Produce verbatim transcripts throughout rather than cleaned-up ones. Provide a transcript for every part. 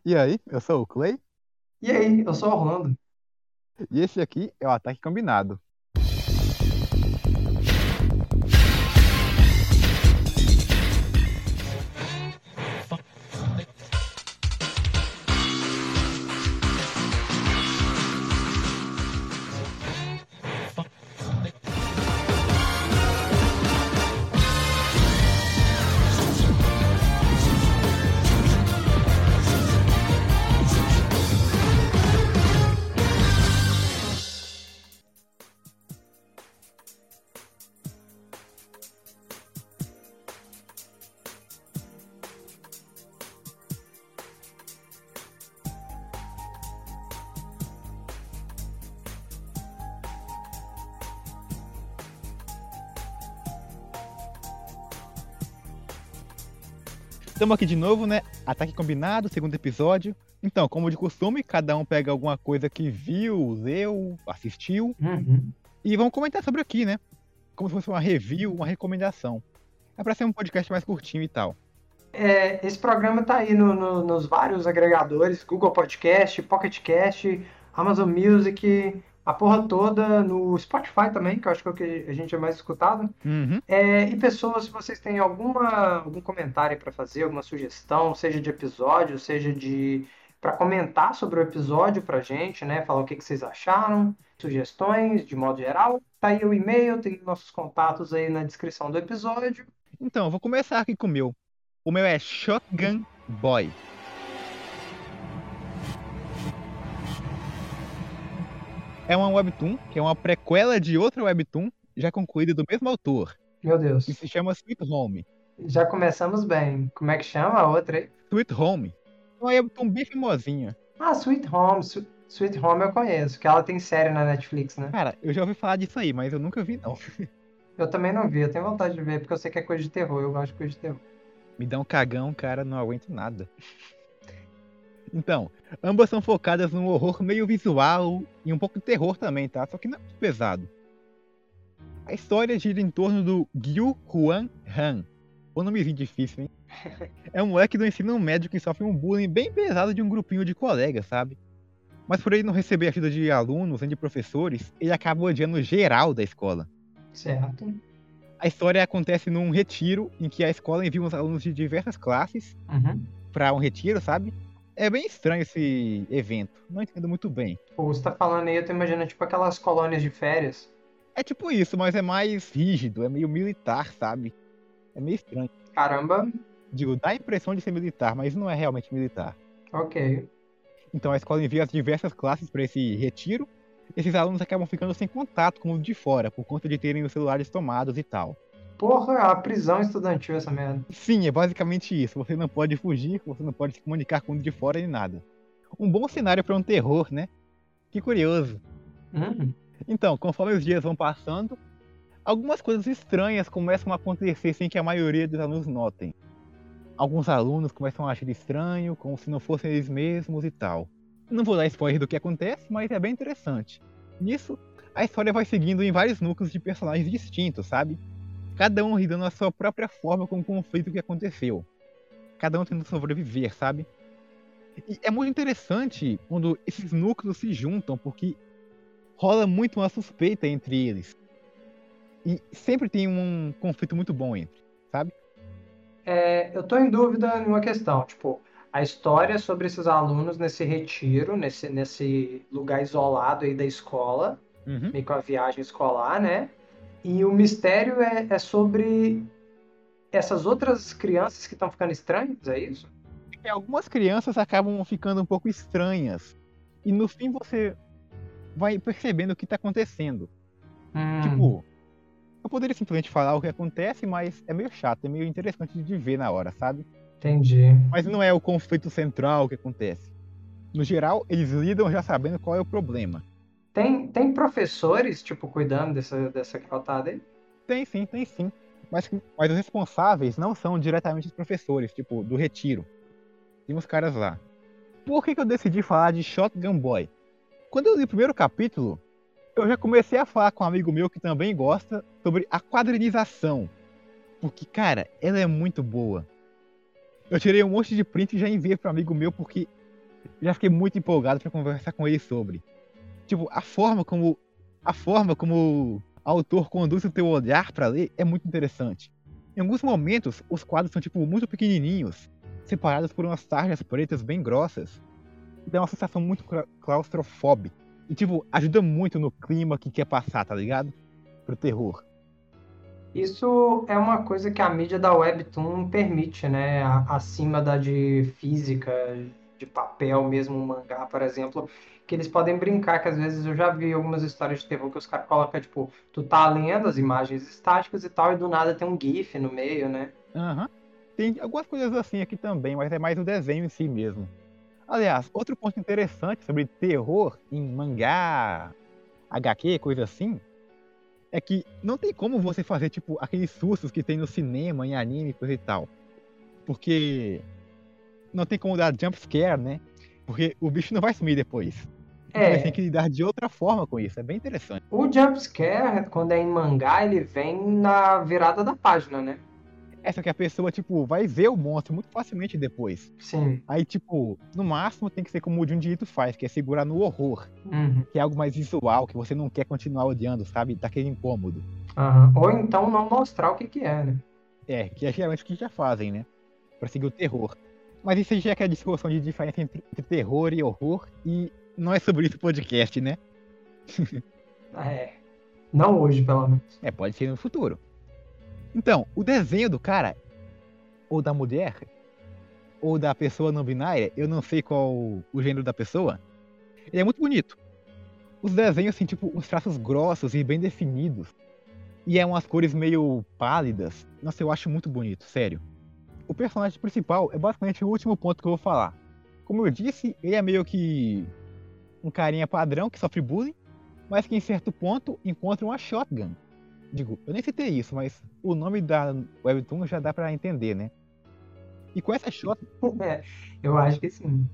E aí, eu sou o Clay, E aí, eu sou o Orlando. e esse aqui é o Ataque Combinado. Estamos aqui de novo, né? Ataque Combinado, segundo episódio. Então, como de costume, cada um pega alguma coisa que viu, leu, assistiu, Uhum. e vamos comentar sobre aqui, né? Como se fosse uma review, uma recomendação. É pra ser um podcast mais curtinho e tal. É, esse programa tá aí no- no- nos vários agregadores, Google Podcast, Pocket Cast, Amazon Music, a porra toda, no Spotify também, que eu acho que é o que a gente é mais escutado. Uhum. É, e pessoas, se vocês têm alguma, algum comentário para fazer, alguma sugestão, seja de episódio, seja de para comentar sobre o episódio pra gente, né? Falar o que que vocês acharam, sugestões, de modo geral. Tá aí o e-mail, tem nossos contatos aí na descrição do episódio. Então, eu vou começar aqui com o meu. O meu é Shotgun Boy. É uma webtoon, que é uma prequela de outra webtoon, já concluída do mesmo autor, Meu que Deus. se chama Sweet Home. Já começamos bem. Como é que chama a outra aí? Sweet Home. É uma webtoon bem famosinha. Ah, Sweet Home. Su- Sweet Home eu conheço, que ela tem série na Netflix, né? Cara, eu já ouvi falar disso aí, mas eu nunca vi, não. Eu também não vi, eu tenho vontade de ver, porque eu sei que é coisa de terror, eu gosto de coisa de terror. Me dá um cagão, cara, não aguento nada. Então, ambas são focadas num horror meio visual e um pouco de terror também, tá? Só que não é muito pesado. A história gira em torno do Gyu Huan Han. O nomezinho difícil, hein? É um moleque do ensino médio que sofre um bullying bem pesado de um grupinho de colegas, sabe? Mas por ele não receber ajuda de alunos nem de professores, ele acaba odiando geral da escola. Certo. A história acontece num retiro em que a escola envia uns alunos de diversas classes Uhum. pra um retiro, sabe? É bem estranho esse evento, não entendo muito bem. Pô, você tá falando aí, eu tô imaginando tipo aquelas colônias de férias. É tipo isso, mas é mais rígido, é meio militar, sabe? É meio estranho. Caramba, Digo, dá a impressão de ser militar, mas não é realmente militar. ok. Então a escola envia as diversas classes para esse retiro. Esses alunos acabam ficando sem contato com o de fora, por conta de terem os celulares tomados e tal. Porra, a prisão estudantil essa merda. Sim, é basicamente isso. Você não pode fugir, você não pode se comunicar com o de fora nem nada. Um bom cenário para um terror, né? Que curioso. Hum, Então, conforme os dias vão passando, algumas coisas estranhas começam a acontecer sem que a maioria dos alunos notem. Alguns alunos começam a agir estranho, como se não fossem eles mesmos e tal. Não vou dar spoiler do que acontece, mas é bem interessante. Nisso, a história vai seguindo em vários núcleos de personagens distintos, sabe? Cada um lidando a sua própria forma com o conflito que aconteceu. Cada um tentando sobreviver, sabe? E é muito interessante quando esses núcleos se juntam, porque rola muito uma suspeita entre eles. E sempre tem um conflito muito bom entre, sabe? é, eu tô em dúvida numa questão, tipo, a história sobre esses alunos nesse retiro, nesse, nesse lugar isolado aí da escola, Uhum. meio com a viagem escolar, né? E o mistério é, é sobre essas outras crianças que estão ficando estranhas, é isso? E algumas crianças acabam ficando um pouco estranhas. E no fim você vai percebendo o que tá acontecendo. Hum, Tipo, eu poderia simplesmente falar o que acontece, mas é meio chato, é meio interessante de ver na hora, sabe? entendi. Mas não é o conflito central que acontece. No geral, eles lidam já sabendo qual é o problema. Tem, tem professores, tipo, cuidando dessa, dessa garotada aí? Tem sim, tem sim. Mas, mas os responsáveis não são diretamente os professores, tipo, do retiro. Tem uns caras lá. Por que, que eu decidi falar de Shotgun Boy? Quando eu li o primeiro capítulo, eu já comecei a falar com um amigo meu que também gosta sobre a quadrinização. Porque, cara, ela é muito boa. Eu tirei um monte de print e já enviei para um amigo meu porque Já fiquei muito empolgado pra conversar com ele sobre. Tipo, a forma como a forma como o autor conduz o teu olhar pra ler é muito interessante. Em alguns momentos, os quadros são tipo muito pequenininhos, separados por umas tarjas pretas bem grossas. E dá uma sensação muito cla- claustrofóbica. E tipo, ajuda muito no clima que quer passar, tá ligado? Pro terror. Isso é uma coisa que a mídia da Webtoon permite, né? A- Acima da de física, de papel mesmo, um mangá, por exemplo, que eles podem brincar, que às vezes eu já vi algumas histórias de terror que os caras colocam, tipo, tu tá lendo as imagens estáticas e tal, e do nada tem um GIF no meio, né? Aham. Tem algumas coisas assim aqui também, mas é mais o desenho em si mesmo. Aliás, outro ponto interessante sobre terror em mangá, H Q, coisa assim, é que não tem como você fazer, tipo, aqueles sustos que tem no cinema, em anime, coisa e tal. Porque não tem como dar jump scare, né? Porque o bicho não vai sumir depois. Então eles têm É, que lidar de outra forma com isso. É bem interessante. o jumpscare, quando é em mangá, ele vem na virada da página, né? Essa que a pessoa, tipo, vai ver o monstro muito facilmente depois. Sim. Aí, tipo, no máximo tem que ser como o Junji Ito faz, que é segurar no horror. Uhum. Que é algo mais visual, que você não quer continuar odiando, sabe? Daquele incômodo. Aham. Ou então não mostrar o que que é, né? É, que é geralmente o que já fazem, né? Pra seguir o terror. Mas isso aí já é aquela discussão de diferença entre, entre terror e horror, e não é sobre isso o podcast, né? É. Não hoje, pelo menos. É, pode ser no futuro. Então, o desenho do cara, ou da mulher, ou da pessoa não binária, eu não sei qual o gênero da pessoa, ele é muito bonito. Os desenhos, assim, tipo, uns traços grossos e bem definidos. E é umas cores meio pálidas. Nossa, eu acho muito bonito, sério. O personagem principal é basicamente o último ponto que eu vou falar. Como eu disse, ele é meio que um carinha padrão que sofre bullying, mas que em certo ponto encontra uma shotgun. Digo, eu nem citei isso, mas o nome da Webtoon já dá pra entender, né? E com essa shotgun, É, eu acho que sim.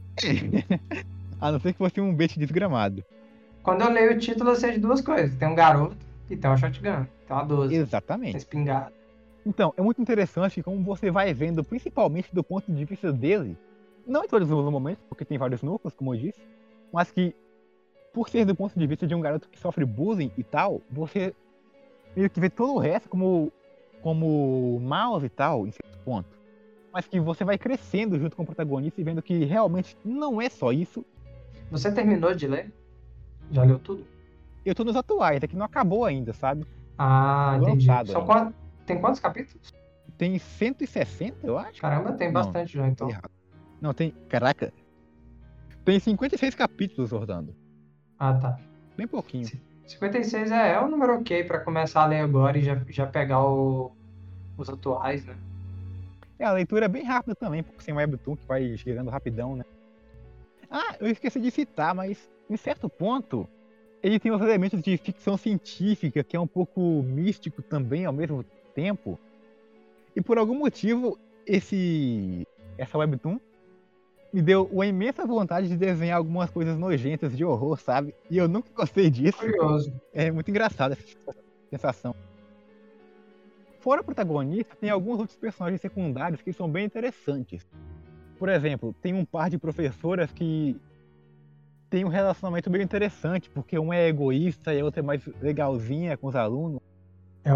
a não ser que fosse um bait desgramado. Quando eu leio o título, eu sei de duas coisas. Tem um garoto e tem uma shotgun. Tem uma doze. Tem Exatamente. espingarda. Então, é muito interessante como você vai vendo, principalmente do ponto de vista dele, não em todos os momentos, porque tem vários núcleos, como eu disse, mas que, por ser do ponto de vista de um garoto que sofre bullying e tal, você meio que vê todo o resto como, como maus e tal, em certo ponto. Mas que você vai crescendo junto com o protagonista e vendo que realmente não é só isso. Você terminou de ler? Já leu tudo? Eu tô nos atuais, é que não acabou ainda, sabe? Ah, Foi entendi. lançado São ainda. quantos... Tem quantos capítulos? Tem cento e sessenta, eu acho? Caramba, tem Não, bastante já, tô então. errado. Não, tem. Caraca, tem cinquenta e seis capítulos rodando. Ah, tá. Bem pouquinho. cinquenta e seis é, é um número ok pra começar a ler agora e já, já pegar o- os atuais, né? É, a leitura é bem rápida também, porque sem webtoon que vai girando rapidão, né? Ah, eu esqueci de citar, mas em certo ponto, ele tem os elementos de ficção científica, que é um pouco místico também ao mesmo tempo. E por algum motivo, esse essa webtoon me deu uma imensa vontade de desenhar algumas coisas nojentas de horror, sabe? E eu nunca gostei disso. Curioso. É muito engraçado essa sensação. Fora o protagonista, tem alguns outros personagens secundários que são bem interessantes. Por exemplo, tem um par de professoras que tem um relacionamento meio interessante, porque uma é egoísta e a outra é mais legalzinha com os alunos. É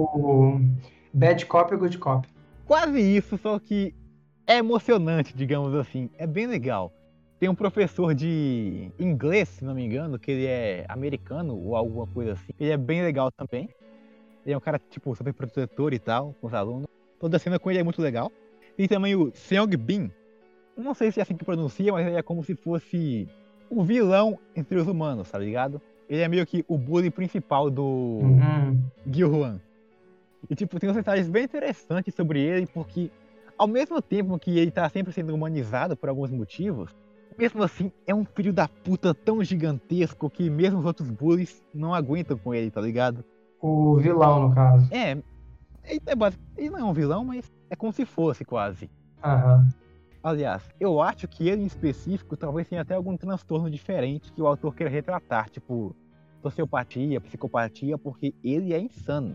o Bad Cop e Good Cop. Quase isso, só que é emocionante, digamos assim. É bem legal. Tem um professor de inglês, se não me engano, que ele é americano ou alguma coisa assim. Ele é bem legal também. Ele é um cara, tipo, super protetor e tal, com os alunos. Toda a cena com ele é muito legal. Tem também o Seong Bin. Não sei se é assim que pronuncia, mas ele é como se fosse o vilão entre os humanos, tá ligado? Ele é meio que o bully principal do Uhum. Gil-Huan. E, tipo, tem uns detalhes bem interessantes sobre ele, porque ao mesmo tempo que ele tá sempre sendo humanizado por alguns motivos, mesmo assim é um filho da puta tão gigantesco que mesmo os outros bullies não aguentam com ele, tá ligado? O vilão, no caso. É, ele, é basic... ele não é um vilão, mas é como se fosse quase. Aham. Aliás, eu acho que ele em específico talvez tenha até algum transtorno diferente que o autor queira retratar, tipo sociopatia, psicopatia, porque ele é insano.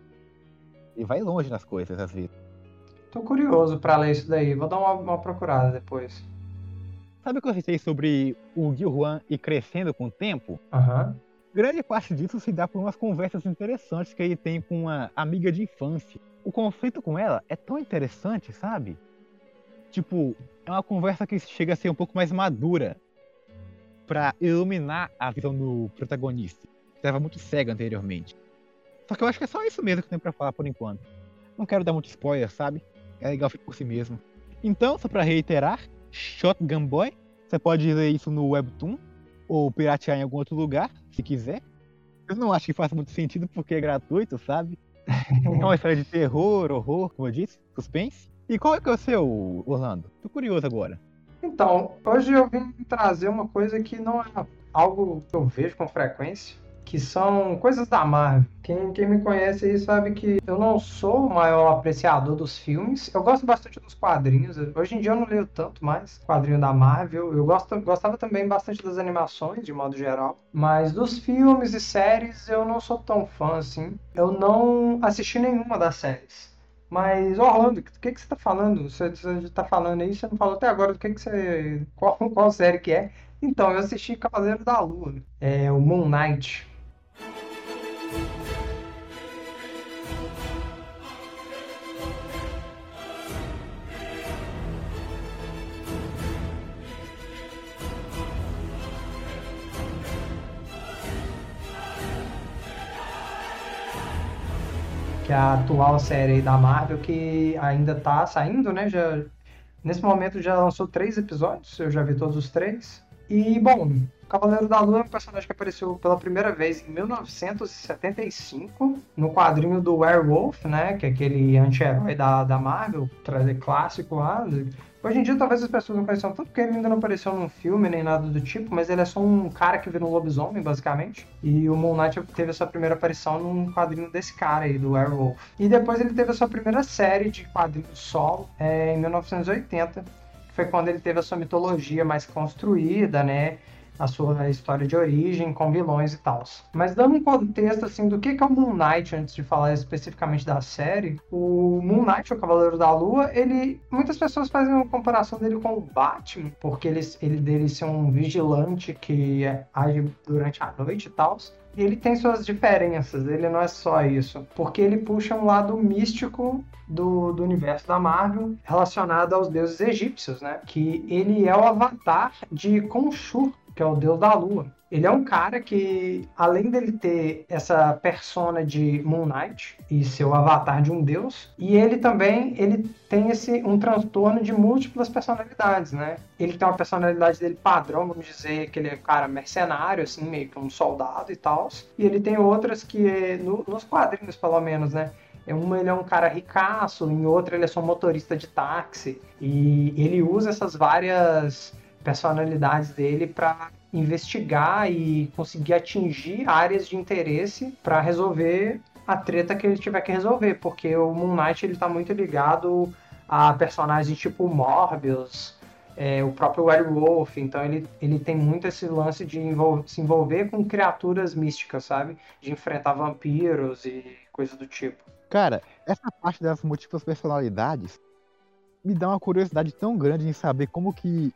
Ele vai longe nas coisas às vezes. Tô curioso pra ler isso daí. Vou dar uma, uma procurada depois. Sabe o que eu citei sobre o Gil-Juan ir crescendo com o tempo? Aham. Grande parte disso se dá por umas conversas interessantes que ele tem com uma amiga de infância. O conflito com ela é tão interessante, sabe? Tipo, é uma conversa que chega a ser um pouco mais madura pra iluminar a visão do protagonista, que estava muito cega anteriormente. Só que eu acho que é só isso mesmo que tem pra falar por enquanto. Não quero dar muito spoiler, sabe? É legal ficar por si mesmo. Então, só pra reiterar, Shotgun Boy, você pode ler isso no Webtoon ou piratear em algum outro lugar, se quiser. Eu não acho que faça muito sentido porque é gratuito, sabe? É uma história de terror, horror, como eu disse, suspense. E qual é que é o seu, Orlando? Tô curioso agora. Então, hoje eu vim trazer uma coisa que não é algo que eu vejo com frequência, que são coisas da Marvel. Quem, quem me conhece aí sabe que eu não sou o maior apreciador dos filmes. Eu gosto bastante dos quadrinhos. Hoje em dia eu não leio tanto mais quadrinho da Marvel. Eu gosto, gostava também bastante das animações, de modo geral. Mas dos filmes e séries eu não sou tão fã assim. Eu não assisti nenhuma das séries. Mas, Orlando, o que, que você está falando? Você está falando aí, você não falou até agora do que, que você. Qual, qual série que é? Então, eu assisti Cavaleiro da Lua, é o Moon Knight. Que é a atual série aí da Marvel que ainda tá saindo, né? Já, nesse momento já lançou três episódios, eu já vi todos os três. E, bom, Cavaleiro da Lua é um personagem que apareceu pela primeira vez em mil novecentos e setenta e cinco, no quadrinho do Werewolf, né? Que é aquele anti-herói da, da Marvel, trazer clássico lá. Hoje em dia talvez as pessoas não conheçam tanto porque ele ainda não apareceu num filme nem nada do tipo, mas ele é só um cara que vira um lobisomem, basicamente. E o Moon Knight teve a sua primeira aparição num quadrinho desse cara aí, do Werewolf. E depois ele teve a sua primeira série de quadrinhos solo é, em mil novecentos e oitenta, que foi quando ele teve a sua mitologia mais construída, né? A sua história de origem com vilões e tal. Mas dando um contexto assim do que é o Moon Knight, antes de falar especificamente da série, o Moon Knight, o Cavaleiro da Lua, ele muitas pessoas fazem uma comparação dele com o Batman, porque ele, ele dele ser um vigilante que age durante a noite e tal. E ele tem suas diferenças, ele não é só isso, porque ele puxa um lado místico do, do universo da Marvel relacionado aos deuses egípcios, né? Que ele é o avatar de Khonshu, que é o deus da lua. Ele é um cara que, além dele ter essa persona de Moon Knight e ser o avatar de um deus, e ele também ele tem esse, um transtorno de múltiplas personalidades, né? Ele tem uma personalidade dele padrão, vamos dizer, que ele é um cara mercenário, assim, meio que um soldado e tal. E ele tem outras que, no, nos quadrinhos pelo menos, né? Em uma ele é um cara ricaço, em outra ele é só um motorista de táxi. E ele usa essas várias personalidades dele para investigar e conseguir atingir áreas de interesse para resolver a treta que ele tiver que resolver, porque o Moon Knight ele tá muito ligado a personagens tipo Morbius, é, o próprio Werewolf, então ele, ele tem muito esse lance de envol- se envolver com criaturas místicas, sabe? De enfrentar vampiros e coisas do tipo. Cara, essa parte das múltiplas personalidades me dá uma curiosidade tão grande em saber como que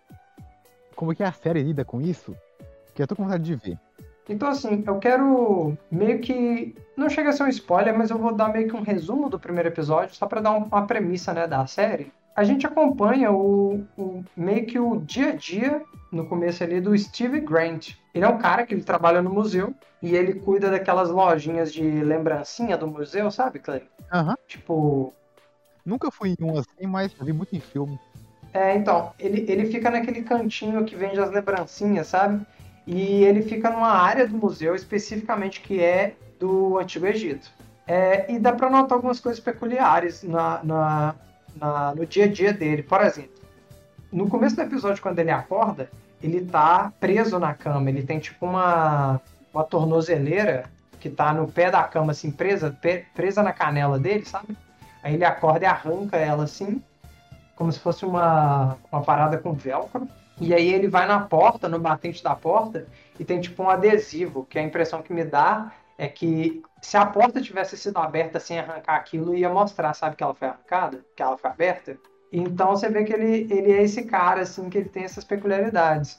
como que a série lida com isso, que eu tô com vontade de ver. Então, assim, eu quero meio que. Não chega a ser um spoiler, mas eu vou dar meio que um resumo do primeiro episódio, só pra dar um- uma premissa, né, da série. A gente acompanha o, o- meio que o dia a dia, no começo ali, do Steve Grant. Ele é um cara que ele trabalha no museu e ele cuida daquelas lojinhas de lembrancinha do museu, sabe, Clay? Aham. Tipo. Nunca fui em um assim, mas já vi muito em filme. É, então, ele, ele fica naquele cantinho que vende as lembrancinhas, sabe? E ele fica numa área do museu especificamente que é do Antigo Egito. É, e dá para notar algumas coisas peculiares na, na, na- no dia a dia dele. Por exemplo, no começo do episódio, quando ele acorda, ele tá preso na cama. Ele tem tipo uma, uma tornozeleira que tá no pé da cama, assim, presa, pe- presa na canela dele, sabe? Aí ele acorda e arranca ela assim, como se fosse uma, uma parada com velcro. E aí ele vai na porta, no batente da porta, e tem tipo um adesivo, que a impressão que me dá é que se a porta tivesse sido aberta sem arrancar aquilo, ia mostrar, sabe, que ela foi arrancada, que ela foi aberta. Então você vê que ele, ele é esse cara, assim, que ele tem essas peculiaridades.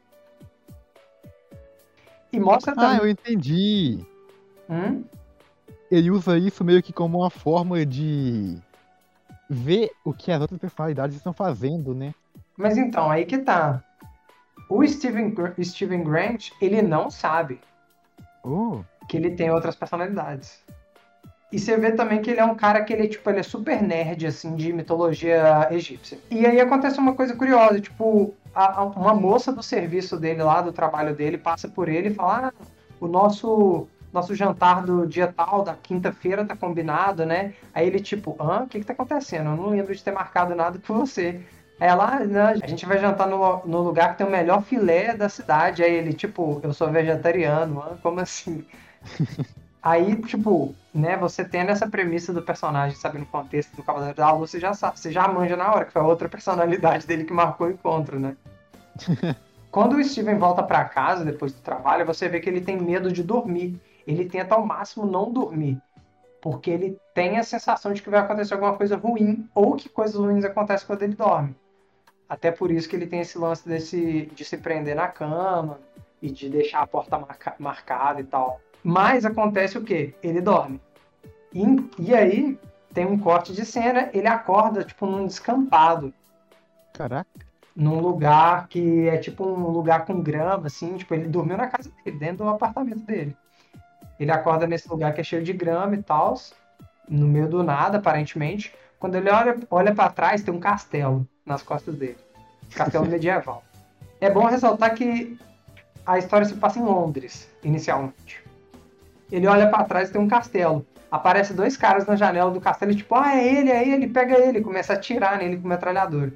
E mostra Ah, também... eu entendi. Hum? Ele usa isso meio que como uma forma de ver o que as outras personalidades estão fazendo, né? Mas então, aí que tá. O Steven, Gr- Steven Grant, ele não sabe Oh, que ele tem outras personalidades. E você vê também que ele é um cara que ele, é, tipo, ele é super nerd, assim, de mitologia egípcia. E aí acontece uma coisa curiosa, tipo, a- a- uma moça do serviço dele lá, do trabalho dele, passa por ele e fala, ah, o nosso, nosso jantar do dia tal, da quinta-feira, tá combinado, né? Aí ele, tipo, hã? O que que tá acontecendo? Eu não lembro de ter marcado nada com você. Aí ela, ah, não, a gente vai jantar no, no lugar que tem o melhor filé da cidade. Aí ele, tipo, eu sou vegetariano, hã? Como assim? Aí, tipo, né, você tendo essa premissa do personagem, sabendo o contexto do Cavaleiro da Lua, você já sabe, você já manja na hora, que foi a outra personalidade dele que marcou o encontro, né? Quando o Steven volta pra casa depois do trabalho, você vê que ele tem medo de dormir. Ele tenta ao máximo não dormir, porque ele tem a sensação de que vai acontecer alguma coisa ruim ou que coisas ruins acontecem quando ele dorme. Até por isso que ele tem esse lance desse, de se prender na cama e de deixar a porta marca, marcada e tal. Mas acontece o quê? Ele dorme. E, e aí tem um corte de cena, ele acorda tipo num descampado, caraca. num lugar que é tipo um lugar com grama, assim, tipo, ele dormiu na casa dele, dentro do apartamento dele. Ele acorda nesse lugar que é cheio de grama e tal, no meio do nada, aparentemente. Quando ele olha, olha para trás, tem um castelo nas costas dele. Castelo medieval. É bom ressaltar que a história se passa em Londres, inicialmente. Ele olha para trás e tem um castelo. Aparece dois caras na janela do castelo e tipo, ah, é ele, é ele, pega ele. Começa a atirar nele com metralhadora.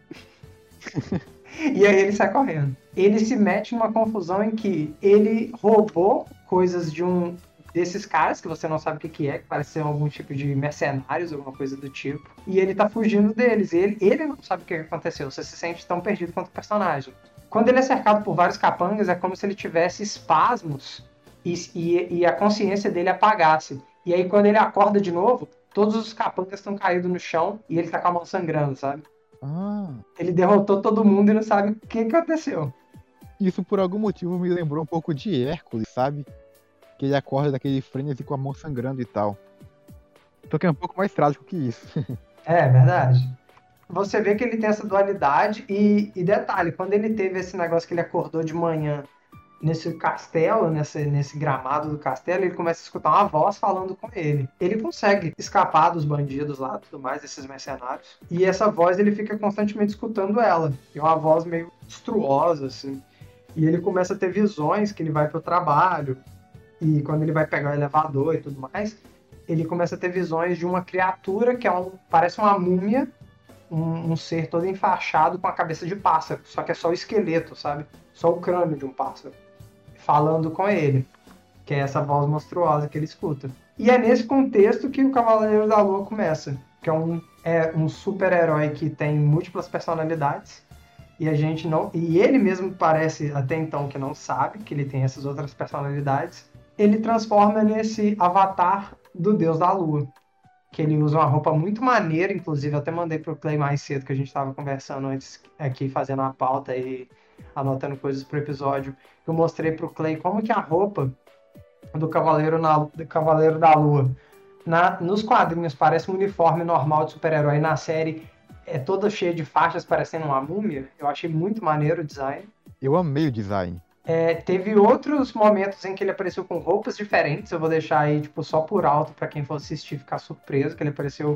E aí ele sai correndo. Ele se mete numa confusão em que ele roubou coisas de um desses caras que você não sabe o que, que é, que parece ser algum tipo de mercenários, alguma coisa do tipo. E ele tá fugindo deles. Ele, ele não sabe o que aconteceu. Você se sente tão perdido quanto o personagem. Quando ele é cercado por vários capangas, é como se ele tivesse espasmos e, e, e a consciência dele apagasse. E aí, quando ele acorda de novo, todos os capangas estão caídos no chão e ele tá com a mão sangrando, sabe? Ah, Ele derrotou todo mundo e não sabe o que aconteceu. isso por algum motivo me lembrou um pouco de Hércules, sabe? Que ele acorda daquele frenesi com a mão sangrando e tal. Só que é um pouco mais trágico que isso. É, verdade. Você vê que ele tem essa dualidade e, e detalhe, quando ele teve esse negócio que ele acordou de manhã nesse castelo, nesse, nesse gramado do castelo, ele começa a escutar uma voz falando com ele. Ele consegue escapar dos bandidos lá, tudo mais, desses mercenários. E essa voz, ele fica constantemente escutando ela. É uma voz meio monstruosa, assim. E ele começa a ter visões que ele vai pro trabalho. E quando ele vai pegar o elevador e tudo mais, ele começa a ter visões de uma criatura que é um, parece uma múmia, um, um ser todo enfaixado com a cabeça de pássaro, só que é só o esqueleto, sabe? Só o crânio de um pássaro, falando com ele, que é essa voz monstruosa que ele escuta. E é nesse contexto que o Cavaleiro da Lua começa, que é um, é um super-herói que tem múltiplas personalidades, e a gente não. E ele mesmo parece até então que não sabe que ele tem essas outras personalidades. Ele transforma nesse avatar do Deus da Lua. Que ele usa uma roupa muito maneira, inclusive eu até mandei pro Clay mais cedo, que a gente estava conversando antes aqui, fazendo a pauta e anotando coisas pro episódio. Eu mostrei pro Clay como que a roupa do Cavaleiro, na, do Cavaleiro da Lua na, nos quadrinhos parece um uniforme normal de super-herói, na série é toda cheia de faixas parecendo uma múmia. Eu achei muito maneiro o design. Eu amei o design. É, teve outros momentos em que ele apareceu com roupas diferentes. Eu vou deixar aí tipo, só por alto para quem for assistir ficar surpreso, que ele apareceu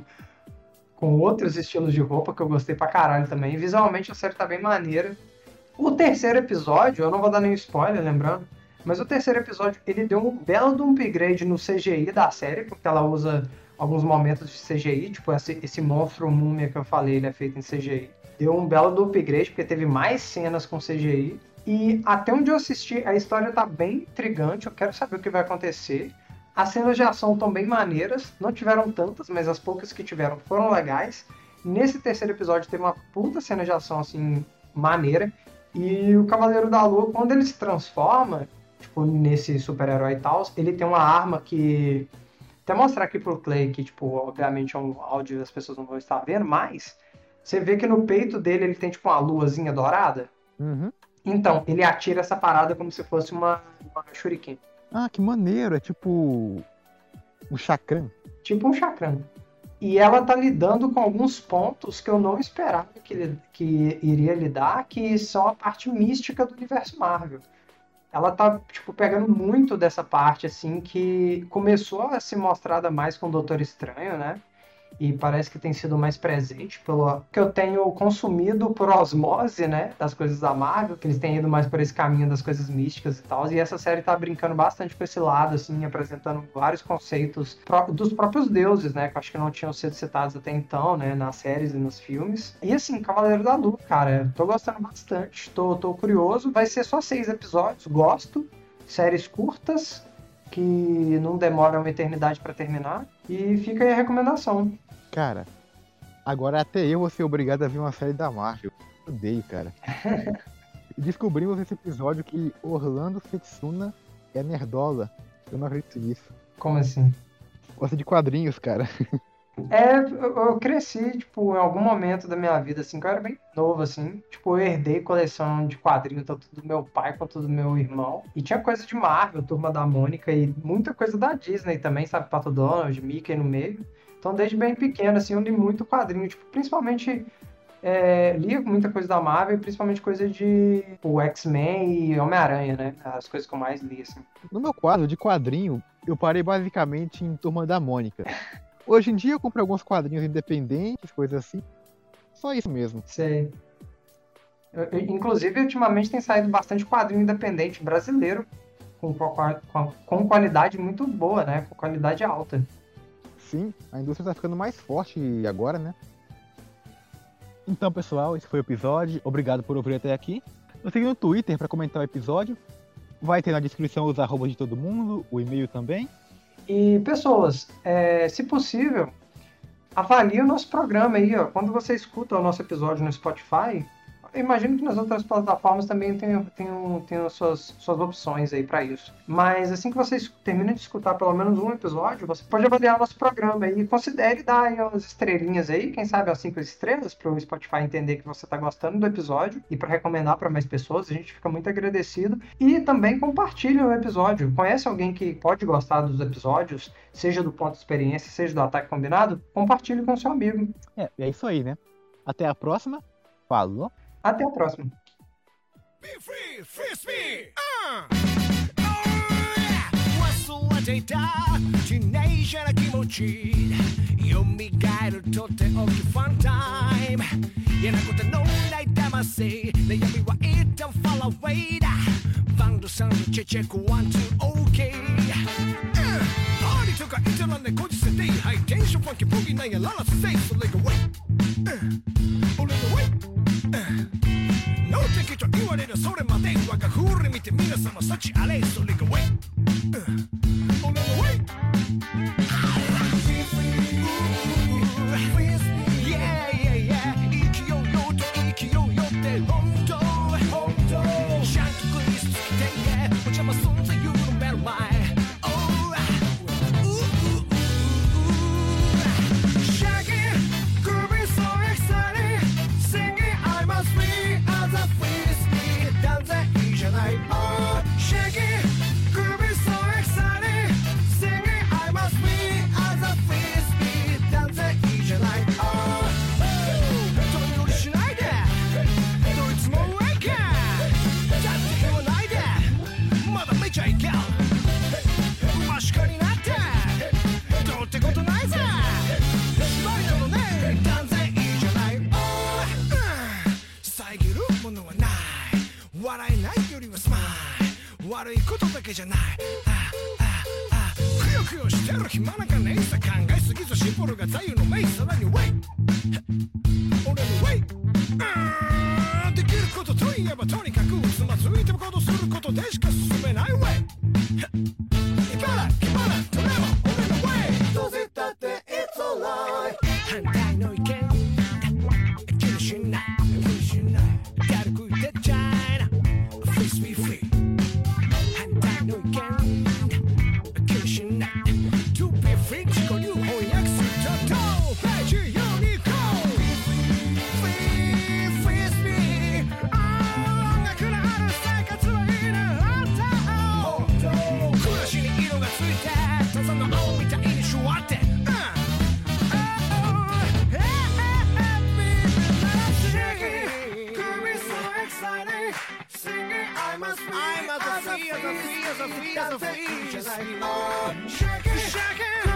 com outros estilos de roupa que eu gostei pra caralho também. Visualmente a série tá bem maneira. O terceiro episódio, eu não vou dar nenhum spoiler, lembrando, mas o terceiro episódio ele deu um belo de um upgrade no C G I da série, porque ela usa alguns momentos de C G I, tipo esse, esse monstro múmia que eu falei, ele é feito em C G I. Deu um belo do upgrade, porque teve mais cenas com C G I. E até onde eu assisti, a história tá bem intrigante, eu quero saber o que vai acontecer. As cenas de ação estão bem maneiras, não tiveram tantas, mas as poucas que tiveram foram legais. Nesse terceiro episódio teve uma puta cena de ação, assim, maneira. E o Cavaleiro da Lua, quando ele se transforma, tipo, nesse super-herói e tal, ele tem uma arma que... Até mostrar aqui pro Clay, que, tipo, obviamente é um áudio e as pessoas não vão estar vendo, mas Você vê que no peito dele ele tem tipo uma luazinha dourada. Uhum. Então, ele atira essa parada como se fosse uma, uma shuriken. Ah, que maneiro. É tipo um chakram. Tipo um chakram. E ela tá lidando com alguns pontos que eu não esperava que, ele, que iria lidar, que são a parte mística do universo Marvel. Ela tá, tipo, pegando muito dessa parte, assim, que começou a se mostrar mais com o Doutor Estranho, né? E parece que tem sido mais presente pelo que eu tenho consumido por osmose, né, das coisas da Marvel, que eles têm ido mais por esse caminho das coisas místicas e tal, e essa série tá brincando bastante com esse lado, assim, apresentando vários conceitos pró- dos próprios deuses, né, que eu acho que não tinham sido citados até então, né, nas séries e nos filmes. E assim, Cavaleiro da Lua, cara, tô gostando bastante, tô, tô curioso, vai ser só seis episódios, gosto, séries curtas, que não demoram uma eternidade pra terminar, e fica aí a recomendação. Cara, agora até eu vou ser obrigado a ver uma série da Marvel. Eu odeio, cara. E descobrimos nesse episódio que Orlando Setsuna é nerdola. Eu não acredito nisso. Como assim? Gosta de quadrinhos, cara. É, eu, eu cresci, tipo, em algum momento da minha vida, assim, que eu era bem novo, assim. Tipo, eu herdei coleção de quadrinhos, tanto do meu pai quanto do meu irmão. E tinha coisa de Marvel, Turma da Mônica e muita coisa da Disney também, sabe? Pato Donald, Mickey no meio. Então, desde bem pequeno, assim, eu li muito quadrinho, tipo, principalmente é, lia muita coisa da Marvel, principalmente coisa de tipo, X-Men e Homem-Aranha, né? As coisas que eu mais li, assim. No meu quadro de quadrinho, eu parei basicamente em Turma da Mônica. Hoje em dia eu compro alguns quadrinhos independentes, coisas assim. Só isso mesmo. Sei. Eu- eu- inclusive, ultimamente tem saído bastante quadrinho independente brasileiro, com, qua- com, com qualidade muito boa, né? Com qualidade alta. Sim, a indústria tá ficando mais forte agora, né? Então, pessoal, esse foi o episódio. Obrigado por ouvir até aqui. Nos siga no Twitter para comentar o episódio. Vai ter na descrição os arrobas de todo mundo, o e-mail também. E, pessoas, é, se possível, avalie o nosso programa aí, ó. Quando você escuta o nosso episódio no Spotify, eu imagino que nas outras plataformas também tem, tem, tem as suas, suas opções aí para isso. Mas assim que você es- termina de escutar pelo menos um episódio, você pode avaliar o nosso programa e considere dar aí umas estrelinhas aí, quem sabe as cinco estrelas, para o Spotify entender que você está gostando do episódio e para recomendar para mais pessoas. A gente fica muito agradecido. E também compartilhe o episódio. Conhece alguém que pode gostar dos episódios, seja do ponto de experiência, seja do ataque combinado? Compartilhe com seu amigo. É, é isso aí, né? Até a próxima. Falou! Até a próxima. Be free, fist me! Uh! Oh, yeah! 忘れていたティーネイジャーな気持ち蘇るとっておきファンタイム嫌なことのない騙せ悩みは一旦ファラウェイだバンドサウンドチェチェックワンツーオーケーパーリーとか言ってらんねこじせてハイテンションファンキーボギーなんやララスセイそれがウェイ俺のウェイノーテキと言われるそれまで我が振り見て皆様幸あれそれがウェイ俺のウェイ Yeah, yeah, yeah 生きようよと生きようよって本当本当ちゃんとクリスつけてお邪魔すんぜ夢の目の前 Oh Shaking groovy so exciting Singing I must be as a frisbee 断然いいじゃない Oh Shaking groovy so exciting Singing I must be as a frisbee 断然いいじゃない Oh 飛び乗りしないでどいつも上かだって言わないでまだ見ちゃいけん馬しかになってどうってことないぜ縛りなのね断然いいじゃない Oh 遮るものはない笑えないよりはスマイル悪いことだけじゃないあああくよくよしてる暇なんかねえさ考えすぎずシンボルが座右の銘さらにウェイ俺のウェイうんできることといえばとにかくつまずいても行動することでしか進めないウェイいから決まらとれば俺のウェイどうせだって It's alright 反対の意見気にしない気にしない軽く言ってちゃいな Face me free 反対の意見気にしない To be free 自己流翻訳するとページユニコーン I'm as free as a free as a free as a free as a free as a free. Shaking, shaking.